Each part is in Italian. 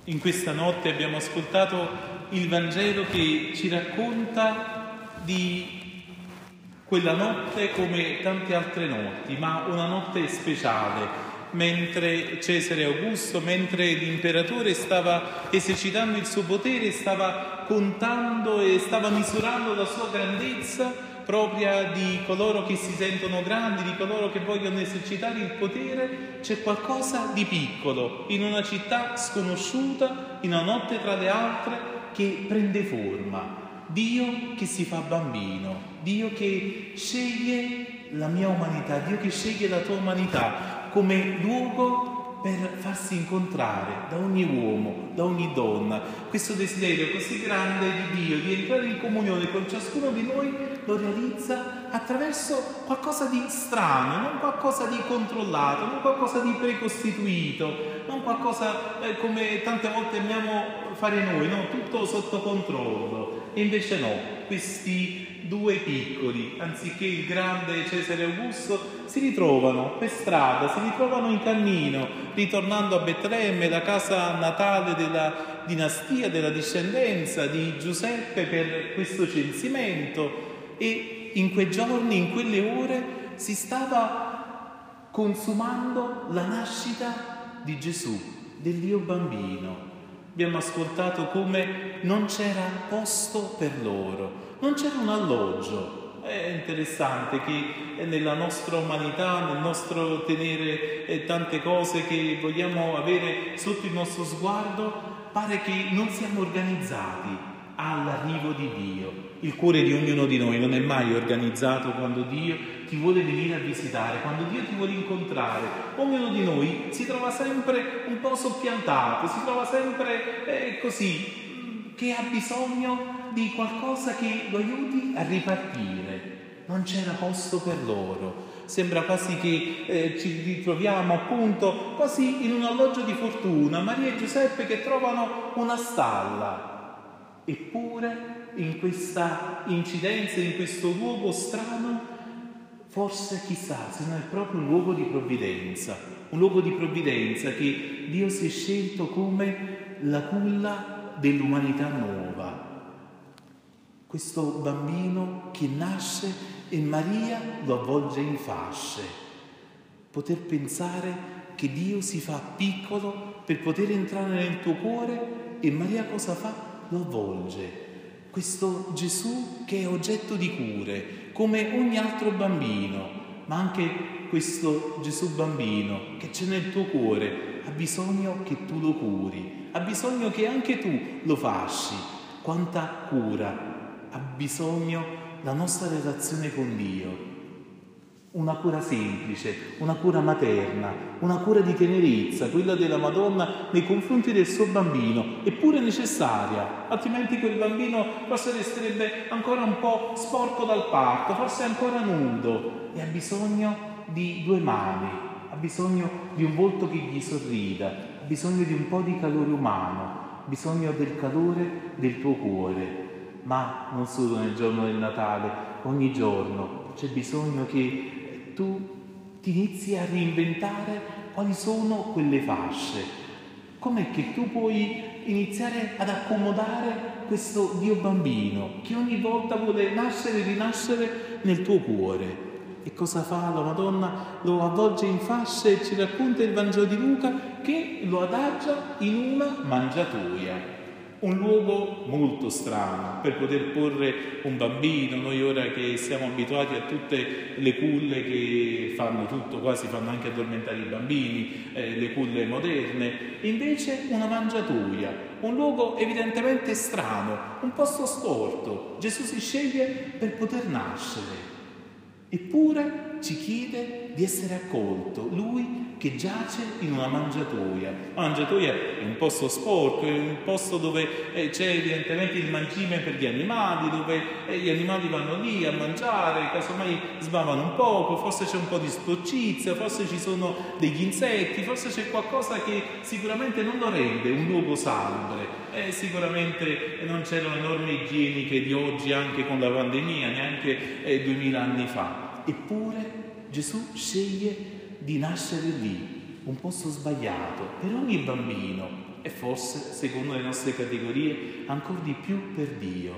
In questa notte abbiamo ascoltato il Vangelo che ci racconta di quella notte come tante altre notti, ma una notte speciale, mentre Cesare Augusto, mentre l'imperatore stava esercitando il suo potere, stava contando e stava misurando la sua grandezza propria di coloro che si sentono grandi, di coloro che vogliono esercitare il potere. C'è qualcosa di piccolo in una città sconosciuta, in una notte tra le altre, che prende forma. Dio che si fa bambino, Dio che sceglie la mia umanità, Dio che sceglie la tua umanità come luogo per farsi incontrare da ogni uomo, da ogni donna. Questo desiderio così grande di Dio di entrare in comunione con ciascuno di noi lo realizza attraverso qualcosa di strano, non qualcosa di controllato, non qualcosa di precostituito, non qualcosa come tante volte amiamo fare noi, no? Tutto sotto controllo. E invece no, questi due piccoli, anziché il grande Cesare Augusto, si ritrovano per strada, si ritrovano in cammino, ritornando a Betlemme, la casa natale della dinastia, della discendenza di Giuseppe per questo censimento. E in quei giorni, in quelle ore, si stava consumando la nascita di Gesù, del Dio bambino. Abbiamo ascoltato come non c'era posto per loro, non c'era un alloggio. È interessante che nella nostra umanità, nel nostro tenere tante cose che vogliamo avere sotto il nostro sguardo, pare che non siamo organizzati all'arrivo di Dio. Il cuore di ognuno di noi non è mai organizzato quando Dio ti vuole venire a visitare, quando Dio ti vuole incontrare. Ognuno di noi si trova sempre un po' soppiantato, si trova sempre così, che ha bisogno di qualcosa che lo aiuti a ripartire. Non c'era posto per loro. Sembra quasi che ci ritroviamo appunto quasi in un alloggio di fortuna, Maria e Giuseppe che trovano una stalla. Eppure in questa incidenza, in questo luogo strano, forse chissà se non è proprio un luogo di provvidenza che Dio si è scelto come la culla dell'umanità nuova. Questo bambino che nasce e Maria lo avvolge in fasce. Poter pensare che Dio si fa piccolo per poter entrare nel tuo cuore e Maria cosa fa? Lo avvolge. Questo Gesù che è oggetto di cure, come ogni altro bambino, ma anche questo Gesù bambino che c'è nel tuo cuore ha bisogno che tu lo curi, ha bisogno che anche tu lo fasci. Quanta cura ha bisogno la nostra relazione con Dio. Una cura semplice, una cura materna, una cura di tenerezza, quella della Madonna nei confronti del suo bambino, eppure necessaria, altrimenti quel bambino forse resterebbe ancora un po' sporco dal parto, forse ancora nudo, e ha bisogno di due mani, ha bisogno di un volto che gli sorrida, ha bisogno di un po' di calore umano, ha bisogno del calore del tuo cuore. Ma non solo nel giorno del Natale, ogni giorno c'è bisogno che tu ti inizi a reinventare quali sono quelle fasce. Com'è che tu puoi iniziare ad accomodare questo Dio bambino che ogni volta vuole nascere e rinascere nel tuo cuore? E cosa fa la Madonna? Lo avvolge in fasce e ci racconta il Vangelo di Luca che lo adagia in una mangiatoia. Un luogo molto strano per poter porre un bambino. Noi ora che siamo abituati a tutte le culle che fanno tutto, quasi fanno anche addormentare i bambini, le culle moderne, e invece una mangiatoia, un luogo evidentemente strano, un posto storto. Gesù si sceglie per poter nascere, eppure ci chiede di essere accolto, lui che giace in una mangiatoia. La mangiatoia è un posto sporco, è un posto dove c'è evidentemente il mangime per gli animali, dove gli animali vanno lì a mangiare, casomai sbavano un poco, forse c'è un po' di sporcizia, forse ci sono degli insetti, forse c'è qualcosa che sicuramente non lo rende un luogo salubre. Sicuramente non c'erano norme igieniche di oggi anche con la pandemia, neanche 2000 anni fa. Eppure Gesù sceglie di nascere lì, un posto sbagliato per ogni bambino, e forse, secondo le nostre categorie, ancora di più per Dio.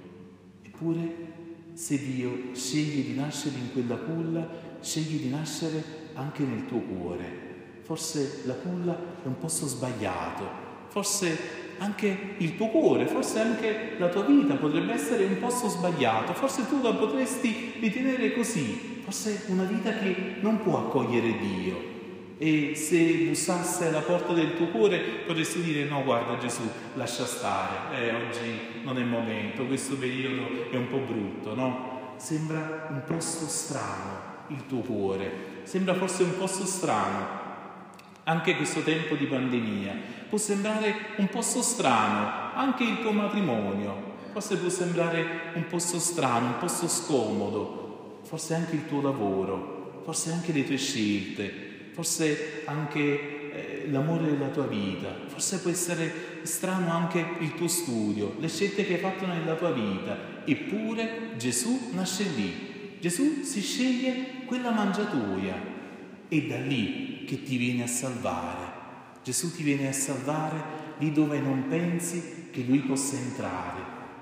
Eppure, se Dio sceglie di nascere in quella culla, sceglie di nascere anche nel tuo cuore. Forse la culla è un posto sbagliato, forse anche il tuo cuore, forse anche la tua vita potrebbe essere un posto sbagliato, forse tu la potresti ritenere così, forse una vita che non può accogliere Dio. E se bussasse alla porta del tuo cuore potresti dire: no, guarda Gesù, lascia stare, oggi non è il momento, questo periodo è un po' brutto, no? Sembra un posto strano il tuo cuore, sembra forse un posto strano. Anche questo tempo di pandemia può sembrare un posto strano, anche il tuo matrimonio, forse può sembrare un posto strano, un posto scomodo, forse anche il tuo lavoro, forse anche le tue scelte, forse anche l'amore della tua vita, forse può essere strano anche il tuo studio, le scelte che hai fatto nella tua vita. Eppure Gesù nasce lì, Gesù si sceglie quella mangiatoia. È da lì che ti viene a salvare. Gesù ti viene a salvare lì dove non pensi che Lui possa entrare.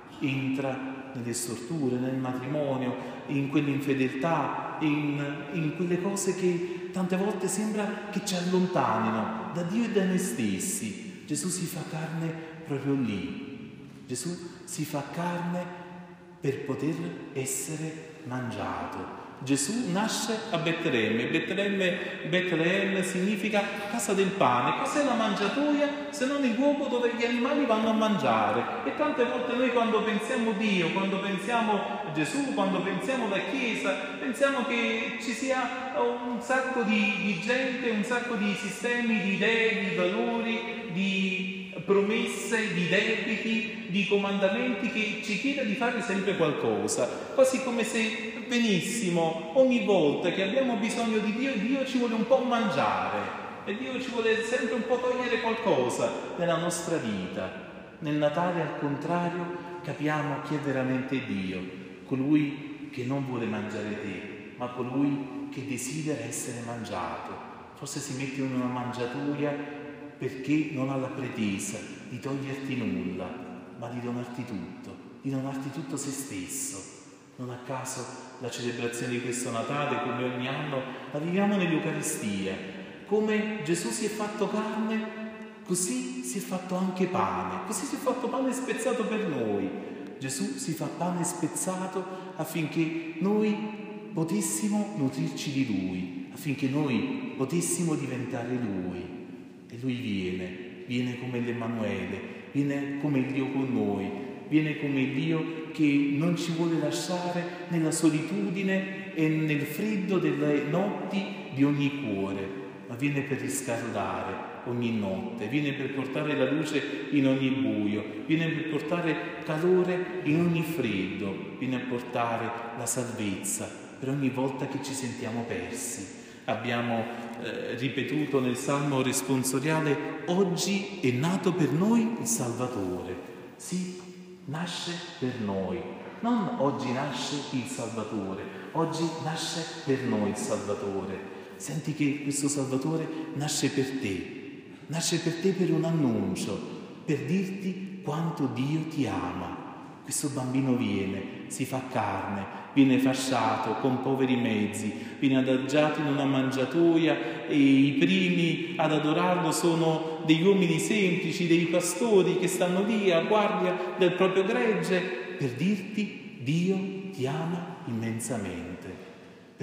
Entra nelle storture, nel matrimonio, in quell'infedeltà, in quelle cose che tante volte sembra che ci allontanino da Dio e da noi stessi. Gesù si fa carne proprio lì. Gesù si fa carne per poter essere mangiato. Gesù nasce a Betlemme. Betlemme significa casa del pane. Cos'è la mangiatoia se non il luogo dove gli animali vanno a mangiare? E tante volte noi, quando pensiamo Dio, quando pensiamo Gesù, quando pensiamo la Chiesa, pensiamo che ci sia un sacco di gente, un sacco di sistemi, di idee, di valori, di promesse, di debiti, di comandamenti che ci chiede di fare sempre qualcosa, quasi come se venissimo ogni volta che abbiamo bisogno di Dio, Dio ci vuole un po' mangiare e Dio ci vuole sempre un po' togliere qualcosa nella nostra vita. Nel Natale, al contrario, capiamo chi è veramente Dio, colui che non vuole mangiare te, ma colui che desidera essere mangiato. Forse si mette in una mangiatoia perché non ha la pretesa di toglierti nulla, ma di donarti tutto se stesso. Non a caso la celebrazione di questo Natale, come ogni anno, la viviamo nell'Eucaristia. Come Gesù si è fatto carne, così si è fatto anche pane, così si è fatto pane spezzato per noi. Gesù si fa pane spezzato affinché noi potessimo nutrirci di Lui, affinché noi potessimo diventare Lui. E Lui viene come l'Emmanuele, viene come il Dio con noi, viene come il Dio che non ci vuole lasciare nella solitudine e nel freddo delle notti di ogni cuore, ma viene per riscaldare ogni notte, viene per portare la luce in ogni buio, viene per portare calore in ogni freddo, viene a portare la salvezza per ogni volta che ci sentiamo persi. Abbiamo ripetuto nel Salmo responsoriale: oggi è nato per noi il Salvatore. Sì, nasce per noi. Non oggi nasce il Salvatore, oggi nasce per noi il Salvatore. Senti che questo Salvatore nasce per te per un annuncio, per dirti quanto Dio ti ama. Questo bambino viene, si fa carne, viene fasciato con poveri mezzi, viene adagiato in una mangiatoia e i primi ad adorarlo sono degli uomini semplici, dei pastori che stanno lì a guardia del proprio gregge, per dirti: Dio ti ama immensamente, per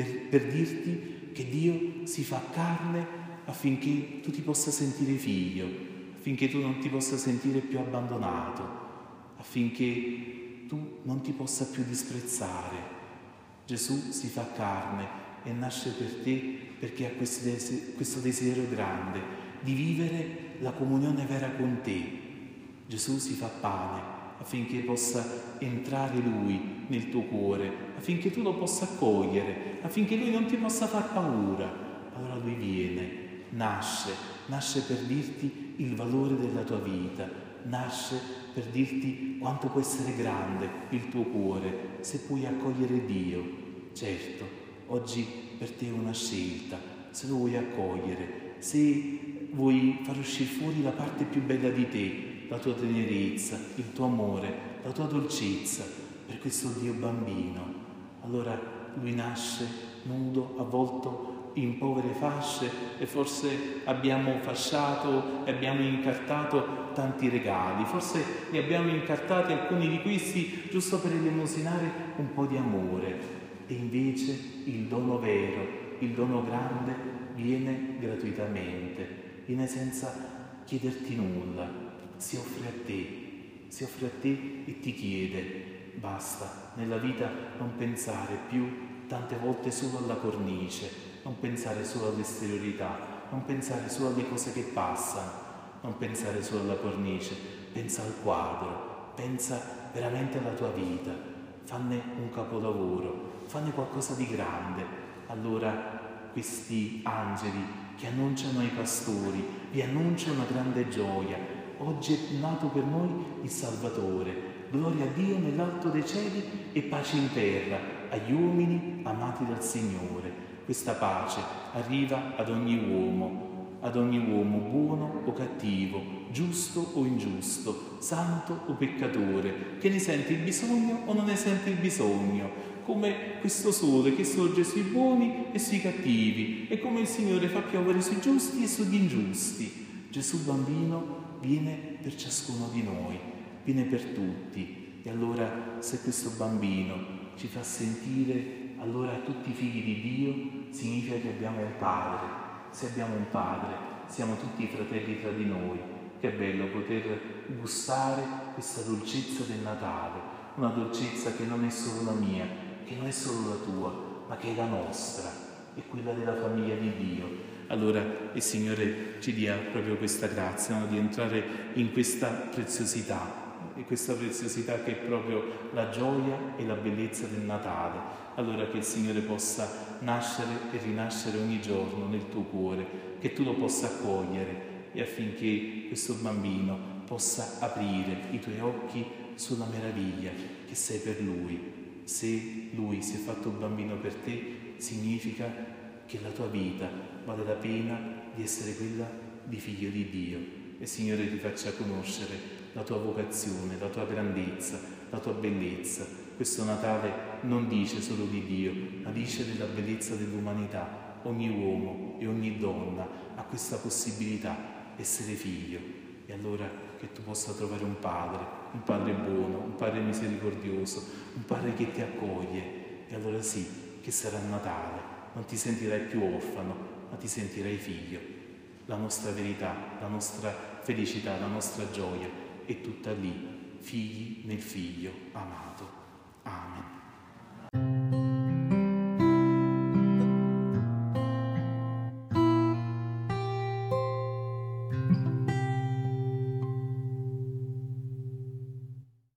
dirti che Dio si fa carne affinché tu ti possa sentire figlio, affinché tu non ti possa sentire più abbandonato, affinché tu non ti possa più disprezzare. Gesù si fa carne e nasce per te perché ha questo desiderio grande di vivere la comunione vera con te. Gesù si fa pane affinché possa entrare Lui nel tuo cuore, affinché tu lo possa accogliere, affinché Lui non ti possa far paura. Allora Lui viene, nasce per dirti il valore della tua vita, nasce per dirti quanto può essere grande il tuo cuore se puoi accogliere Dio. Certo, oggi per te è una scelta, se lo vuoi accogliere, se vuoi far uscire fuori la parte più bella di te, la tua tenerezza, il tuo amore, la tua dolcezza per questo Dio bambino. Allora lui nasce nudo, avvolto in povere fasce, e forse abbiamo fasciato e abbiamo incartato tanti regali, forse ne abbiamo incartati alcuni di questi giusto per elemosinare un po' di amore, e invece il dono vero, il dono grande viene gratuitamente, viene senza chiederti nulla, si offre a te e ti chiede: basta nella vita non pensare più tante volte solo alla cornice, non pensare solo all'esteriorità, non pensare solo alle cose che passano, non pensare solo alla cornice, pensa al quadro, pensa veramente alla tua vita, fanne un capolavoro, fanne qualcosa di grande. Allora questi angeli che annunciano ai pastori vi annunciano una grande gioia: oggi è nato per noi il Salvatore, gloria a Dio nell'alto dei cieli e pace in terra agli uomini amati dal Signore. Questa pace arriva ad ogni uomo buono o cattivo, giusto o ingiusto, santo o peccatore, che ne sente il bisogno o non ne sente il bisogno, come questo sole che sorge sui buoni e sui cattivi, e come il Signore fa piovere sui giusti e sugli ingiusti. Gesù bambino viene per ciascuno di noi, viene per tutti. E allora, se questo bambino ci fa sentire allora tutti figli di Dio, significa che abbiamo un Padre. Se abbiamo un Padre, siamo tutti fratelli tra di noi. Che bello poter gustare questa dolcezza del Natale, una dolcezza che non è solo la mia, che non è solo la tua, ma che è la nostra, è quella della famiglia di Dio. Allora il Signore ci dia proprio questa grazia, no? Di entrare in questa preziosità, e questa preziosità che è proprio la gioia e la bellezza del Natale. Allora che il Signore possa nascere e rinascere ogni giorno nel tuo cuore, che tu lo possa accogliere, e affinché questo bambino possa aprire i tuoi occhi sulla meraviglia che sei per Lui. Se Lui si è fatto bambino per te, significa che la tua vita vale la pena di essere quella di figlio di Dio. E il Signore ti faccia conoscere la tua vocazione, la tua grandezza, la tua bellezza. Questo Natale non dice solo di Dio, ma dice della bellezza dell'umanità. Ogni uomo e ogni donna ha questa possibilità, essere figlio. E allora che tu possa trovare un padre buono, un padre misericordioso, un padre che ti accoglie. E allora sì, che sarà Natale, non ti sentirai più orfano, ma ti sentirai figlio. La nostra verità, la nostra felicità, la nostra gioia è tutta lì, figli nel Figlio amato. Amen.